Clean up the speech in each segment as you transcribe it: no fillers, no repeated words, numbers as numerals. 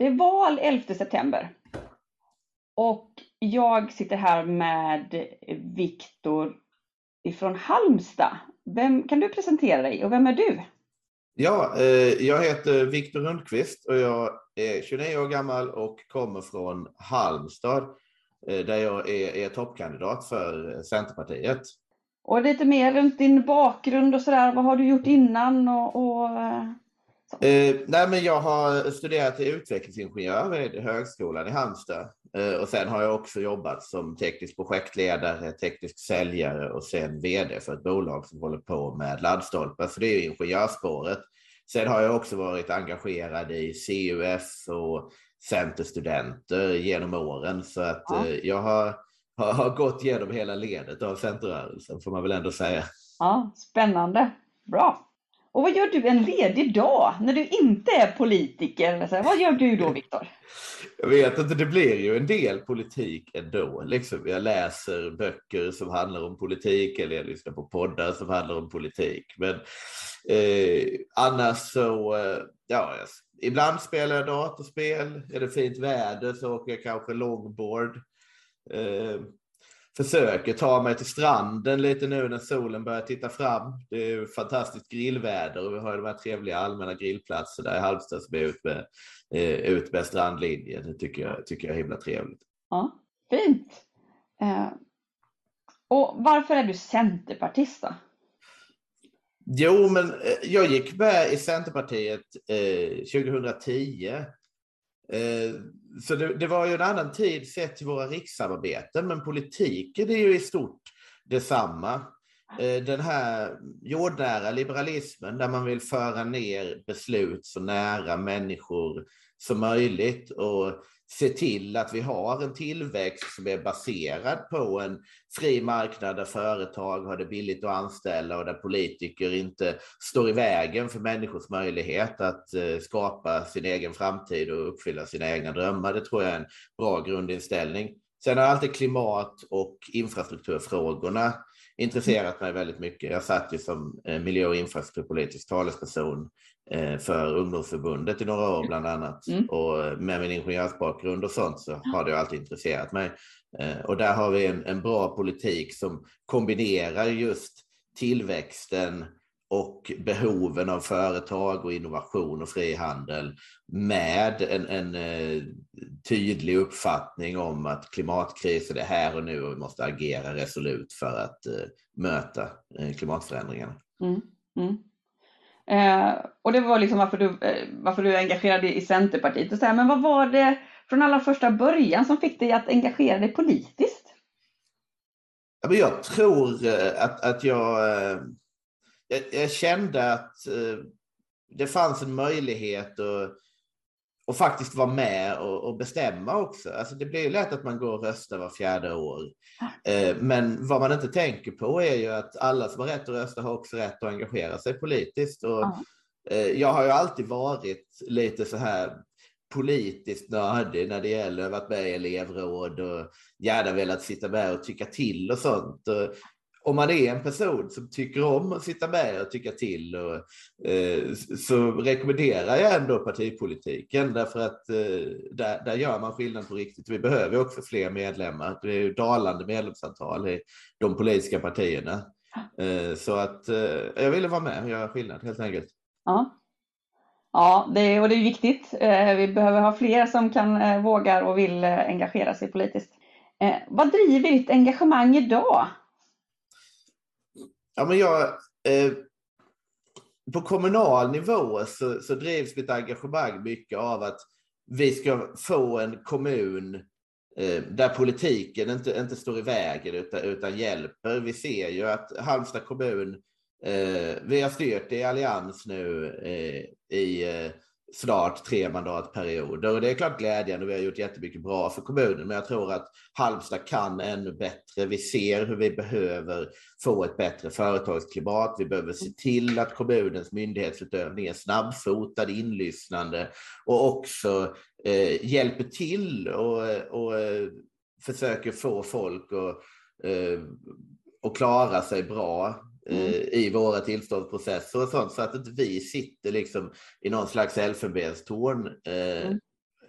Det är val 11 september. Och jag sitter här med Viktor ifrån Halmstad. Kan du presentera dig och vem är du? Ja, jag heter Viktor Rundqvist och jag är 29 år gammal och kommer från Halmstad där jag är toppkandidat för Centerpartiet. Och lite mer runt din bakgrund och sådär. Vad har du gjort innan? Nej, men jag har studerat till utvecklingsingenjör vid högskolan i Halmstad. Och sen har jag också jobbat som teknisk projektledare, teknisk säljare och sen vd för ett bolag som håller på med laddstolpar. Så det är ju ingenjörsspåret. Sen har jag också varit engagerad i CUF och Centerstudenter genom åren. Så att jag har gått igenom hela ledet av Centerrörelsen, får man väl ändå säga. Ja, spännande. Bra. Och vad gör du en ledig dag när du inte är politiker? Eller så? Vad gör du då, Viktor? Jag vet inte, det blir ju en del politik ändå. Liksom, jag läser böcker som handlar om politik eller jag lyssnar på poddar som handlar om politik. Men annars så, ibland spelar jag datorspel. Är det fint väder så åker jag kanske longboard. Försöker ta mig till stranden lite nu när solen börjar titta fram. Det är fantastiskt grillväder och vi har de här trevliga allmänna grillplatser där i Halmstad som är ut med strandlinjen. Det tycker jag är himla trevligt. Ja, fint. Och varför är du centerpartist då? Jo, men jag gick med i Centerpartiet 2010. Så det var ju en annan tid sett till våra rikssamarbeten, men politiken är ju i stort detsamma. Den här jordnära liberalismen där man vill föra ner beslut så nära människor som möjligt och se till att vi har en tillväxt som är baserad på en fri marknad där företag har det billigt att anställa och där politiker inte står i vägen för människors möjlighet att skapa sin egen framtid och uppfylla sina egna drömmar. Det tror jag är en bra grundinställning. Sen har alltid klimat- och infrastrukturfrågorna intresserat mig väldigt mycket. Jag satt ju som miljö- och infrastrukturpolitisk talesperson för ungdomsförbundet i några år bland annat. Och med min ingenjörsbakgrund och sånt så har det alltid intresserat mig. Och där har vi en bra politik som kombinerar just tillväxten och behoven av företag och innovation och frihandel med en tydlig uppfattning om att klimatkrisen är här och nu och vi måste agera resolut för att möta klimatförändringarna. Och det var liksom varför du är engagerad i Centerpartiet och så här, men vad var det från allra första början som fick dig att engagera dig politiskt? Ja, men jag tror att jag kände att det fanns en möjlighet att faktiskt vara med och bestämma också. Alltså det blir ju lätt att man går och röstar var 4:e år. Men vad man inte tänker på är ju att alla som har rätt att rösta har också rätt att engagera sig politiskt. Och jag har ju alltid varit lite så här politiskt nördig när det gäller att vara med i elevråd och gärna velat sitta med och tycka till och sånt. Och om man är en person som tycker om att sitta med och tycka till så rekommenderar jag ändå partipolitiken därför att där gör man skillnad på riktigt. Vi behöver också fler medlemmar. Det är ju dalande medlemsantal i de politiska partierna. Så att jag ville vara med och göra skillnad helt enkelt. Ja, det är viktigt. Vi behöver ha fler som kan vågar och vill engagera sig politiskt. Vad driver ditt engagemang idag? Ja, men på kommunal nivå så drivs mitt engagemang mycket av att vi ska få en kommun där politiken inte står i vägen utan hjälper. Vi ser ju att Halmstad kommun, vi har styrt i allians nu i snart 3 mandatperioder och det är klart glädjande och vi har gjort jättemycket bra för kommunen, men jag tror att Halmstad kan ännu bättre. Vi ser hur vi behöver få ett bättre företagsklimat. Vi behöver se till att kommunens myndighetsutövning är snabbfotad, inlyssnande och också hjälper till och försöker få folk att klara sig bra i våra tillståndsprocesser och sånt, så att inte vi sitter liksom i någon slags elfenbenstorn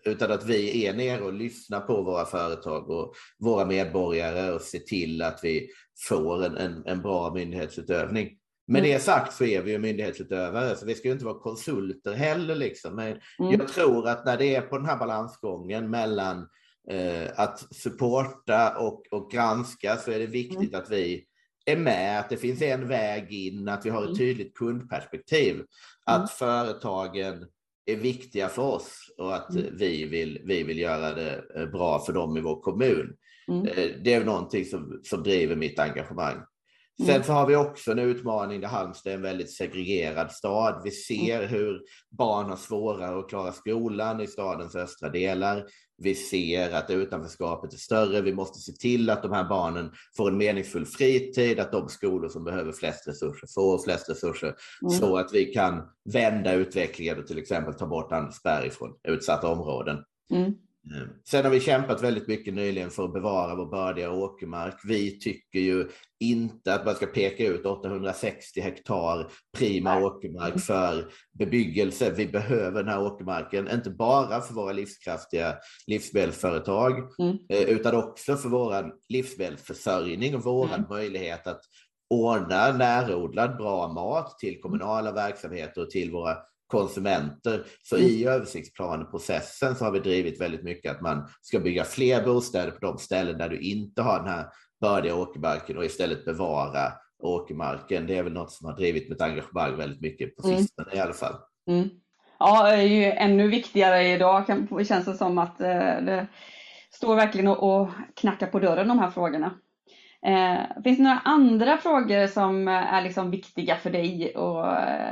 utan att vi är nere och lyssnar på våra företag och våra medborgare och ser till att vi får en bra myndighetsutövning. Med det sagt så är vi ju myndighetsutövare, så vi ska ju inte vara konsulter heller liksom. Men jag tror att när det är på den här balansgången mellan att supporta och granska, så är det viktigt att vi är med, att det finns en väg in, att vi har ett tydligt kundperspektiv, att företagen är viktiga för oss och att vi vill göra det bra för dem i vår kommun. Det är någonting som driver mitt engagemang. Sen så har vi också en utmaning där Halmstad är en väldigt segregerad stad. Vi ser hur barn har svårare att klara skolan i stadens östra delar. Vi ser att utanförskapet är större. Vi måste se till att de här barnen får en meningsfull fritid, att de skolor som behöver flest resurser får flest resurser, så att vi kan vända utvecklingen och till exempel ta bort Andersberg från utsatta områden. Sen har vi kämpat väldigt mycket nyligen för att bevara vår bördiga åkermark. Vi tycker ju inte att man ska peka ut 860 hektar prima åkermark för bebyggelse. Vi behöver den här åkermarken, inte bara för våra livskraftiga livsmedelsföretag, utan också för vår livsmedelsförsörjning och vår möjlighet att ordna närodlad bra mat till kommunala verksamheter och till våra konsumenter. Så i översiktsplaneprocessen så har vi drivit väldigt mycket att man ska bygga fler bostäder på de ställen där du inte har den här bördiga åkermarken och istället bevara åkermarken. Det är väl något som har drivit mitt engagemang väldigt mycket på sistone i alla fall. Ja, det är ju ännu viktigare idag, känns det som att det står verkligen och knackar på dörren, de här frågorna. Finns det några andra frågor som är liksom viktiga för dig, och,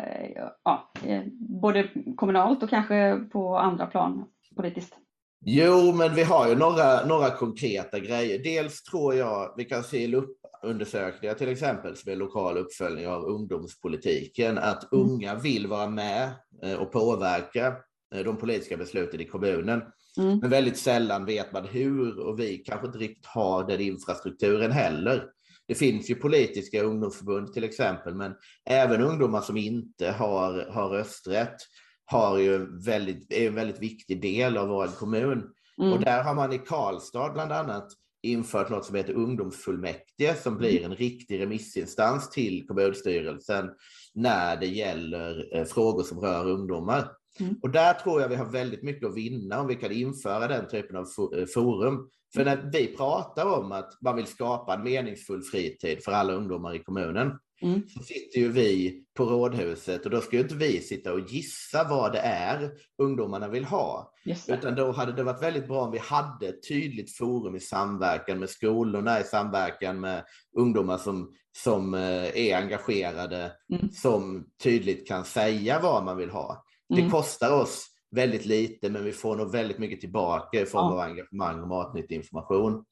både kommunalt och kanske på andra plan politiskt? Jo, men vi har ju några konkreta grejer. Dels tror jag vi kan se i LUP-undersökningar till exempel, som är lokal uppföljning av ungdomspolitiken, att unga vill vara med och påverka de politiska besluten i kommunen. Men väldigt sällan vet man hur, och vi kanske inte riktigt har den infrastrukturen heller. Det finns ju politiska ungdomsförbund till exempel, men även ungdomar som inte har rösträtt är en väldigt viktig del av vår kommun. Och där har man i Karlstad bland annat infört något som heter ungdomsfullmäktige, som blir en riktig remissinstans till kommunstyrelsen när det gäller frågor som rör ungdomar. Och där tror jag vi har väldigt mycket att vinna om vi kan införa den typen av forum. För när vi pratar om att man vill skapa en meningsfull fritid för alla ungdomar i kommunen, så sitter ju vi på rådhuset, och då ska ju inte vi sitta och gissa vad det är ungdomarna vill ha. Utan då hade det varit väldigt bra om vi hade ett tydligt forum i samverkan med skolorna, i samverkan med ungdomar som är engagerade, som tydligt kan säga vad man vill ha. Det kostar oss väldigt lite, men vi får nog väldigt mycket tillbaka i form av engagemang och matnyttig information.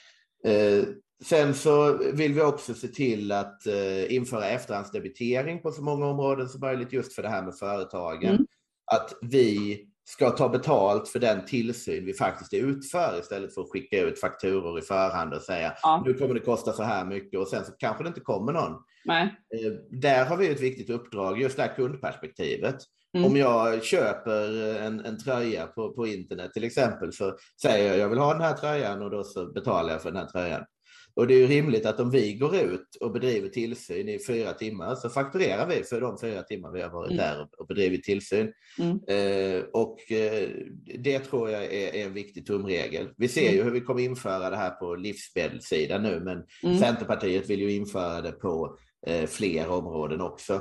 Sen så vill vi också se till att införa efterhandsdebitering på så många områden som möjligt, just för det här med företagen. Att vi ska ta betalt för den tillsyn vi faktiskt utför, istället för att skicka ut fakturor i förhand och säga nu kommer det kosta så här mycket, och sen så kanske det inte kommer någon. Där har vi ett viktigt uppdrag, just det här kundperspektivet. Om jag köper en tröja på internet till exempel, så säger jag vill ha den här tröjan, och då så betalar jag för den här tröjan. Och det är ju rimligt att om vi går ut och bedriver tillsyn i 4 timmar, så fakturerar vi för de 4 timmar vi har varit där och bedrivit tillsyn. Och det tror jag är en viktig tumregel. Vi ser ju hur vi kommer införa det här på livsmedelssidan nu, men Centerpartiet vill ju införa det på fler områden också.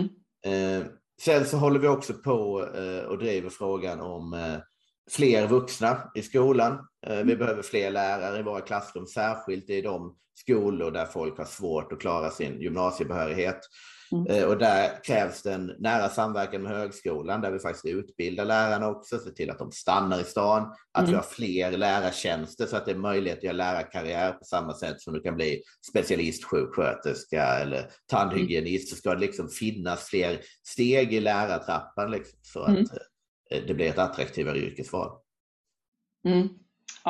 Sen så håller vi också på och driver frågan om fler vuxna i skolan. Vi behöver fler lärare i våra klassrum, särskilt i de skolor där folk har svårt att klara sin gymnasiebehörighet. Och där krävs det en nära samverkan med högskolan, där vi faktiskt utbildar lärarna också, se till att de stannar i stan, att vi har fler lärartjänster så att det är möjligt att göra lärarkarriär på samma sätt som du kan bli specialistsjuksköterska eller tandhygienist. Så ska det liksom finnas fler steg i lärartrappan liksom, så att det blir ett attraktivare yrkesval.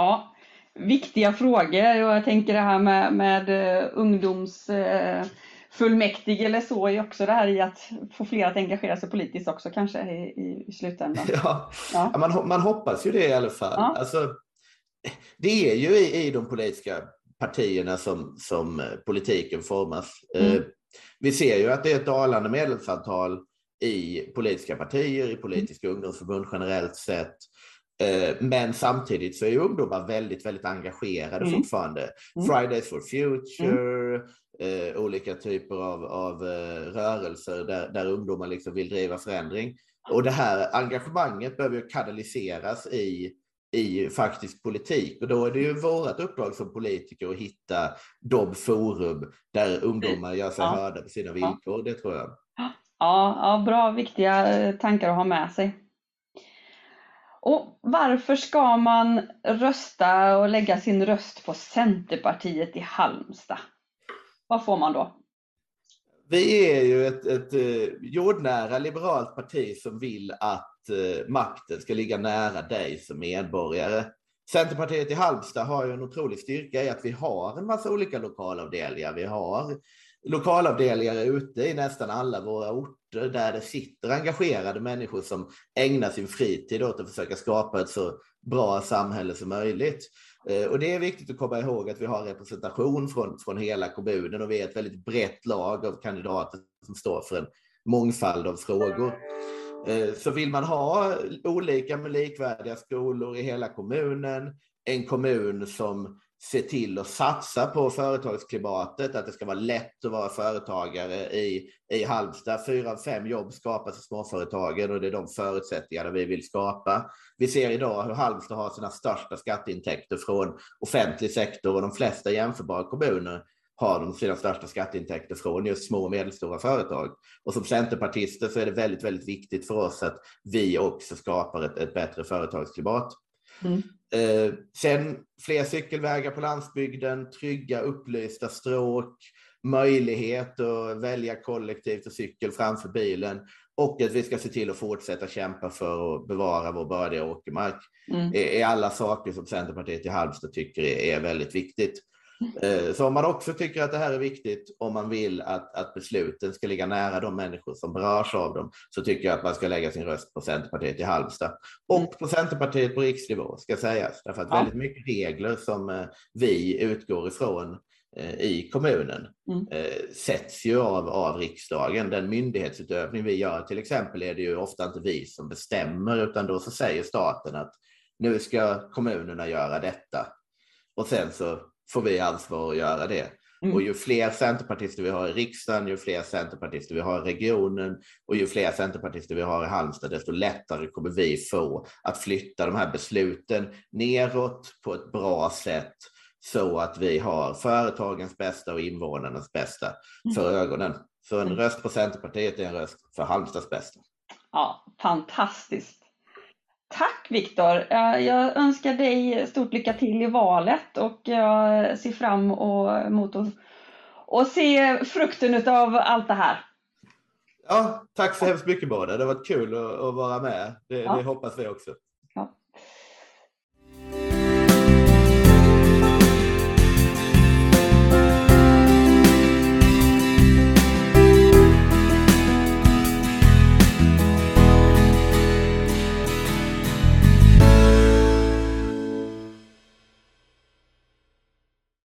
Ja, viktiga frågor, och jag tänker det här med ungdomsförbund fullmäktige eller så är också det här i att få fler att engagera sig politiskt också kanske i slutändan. Ja, Ja. man hoppas ju det i alla fall. Ja. Alltså, det är ju i de politiska partierna som politiken formas. Vi ser ju att det är ett dalande medlemsantal i politiska partier, i politiska ungdomsförbund generellt sett. Men samtidigt så är ju ungdomar väldigt, väldigt engagerade fortfarande. Fridays for Future, olika typer av rörelser där ungdomar liksom vill driva förändring. Och det här engagemanget behöver ju kanaliseras i faktisk politik. Och då är det ju vårt uppdrag som politiker att hitta de forum där ungdomar gör sig hörda på sina villkor, det tror jag. Ja, bra, viktiga tankar att ha med sig. Och varför ska man rösta och lägga sin röst på Centerpartiet i Halmstad? Vad får man då? Vi är ju ett jordnära liberalt parti som vill att makten ska ligga nära dig som medborgare. Centerpartiet i Halmstad har ju en otrolig styrka i att vi har en massa olika lokalavdelningar. Vi har lokalavdelningar ute i nästan alla våra orter där det sitter engagerade människor som ägnar sin fritid åt att försöka skapa ett så bra samhälle som möjligt. Och det är viktigt att komma ihåg att vi har representation från hela kommunen och vi är ett väldigt brett lag av kandidater som står för en mångfald av frågor. Så vill man ha olika men likvärdiga skolor i hela kommunen, en kommun som ser till att satsa på företagsklimatet, att det ska vara lätt att vara företagare i Halmstad. 4 av 5 jobb skapas i småföretagen och det är de förutsättningarna vi vill skapa. Vi ser idag hur Halmstad har sina största skatteintäkter från offentlig sektor och de flesta jämförbara kommuner har de sina största skatteintäkter från just små och medelstora företag. Och som centerpartister så är det väldigt, väldigt viktigt för oss att vi också skapar ett bättre företagsklimat. Sen fler cykelvägar på landsbygden, trygga upplysta stråk, möjlighet att välja kollektivt och cykel framför bilen och att vi ska se till att fortsätta kämpa för att bevara vår bördiga åkermark är alla saker som Centerpartiet i Halmstad tycker är väldigt viktigt. Så om man också tycker att det här är viktigt, om man vill att besluten ska ligga nära de människor som berörs av dem, så tycker jag att man ska lägga sin röst på Centerpartiet i Halmstad. Och på Centerpartiet på riksnivå ska sägas. Därför att väldigt mycket regler som vi utgår ifrån i kommunen sätts ju av riksdagen. Den myndighetsutövning vi gör till exempel är det ju ofta inte vi som bestämmer, utan då så säger staten att nu ska kommunerna göra detta. Och sen så får vi ansvar att göra det. Och ju fler centerpartister vi har i riksdagen, ju fler centerpartister vi har i regionen och ju fler centerpartister vi har i Halmstad, desto lättare kommer vi få att flytta de här besluten neråt på ett bra sätt så att vi har företagens bästa och invånarnas bästa för ögonen. Så en röst på Centerpartiet är en röst för Halmstads bästa. Ja, fantastiskt. Tack Viktor. Jag önskar dig stort lycka till i valet och jag ser fram emot att se frukten av allt det här. Ja, tack så hemskt mycket båda. Det har varit kul att vara med. Det hoppas vi också.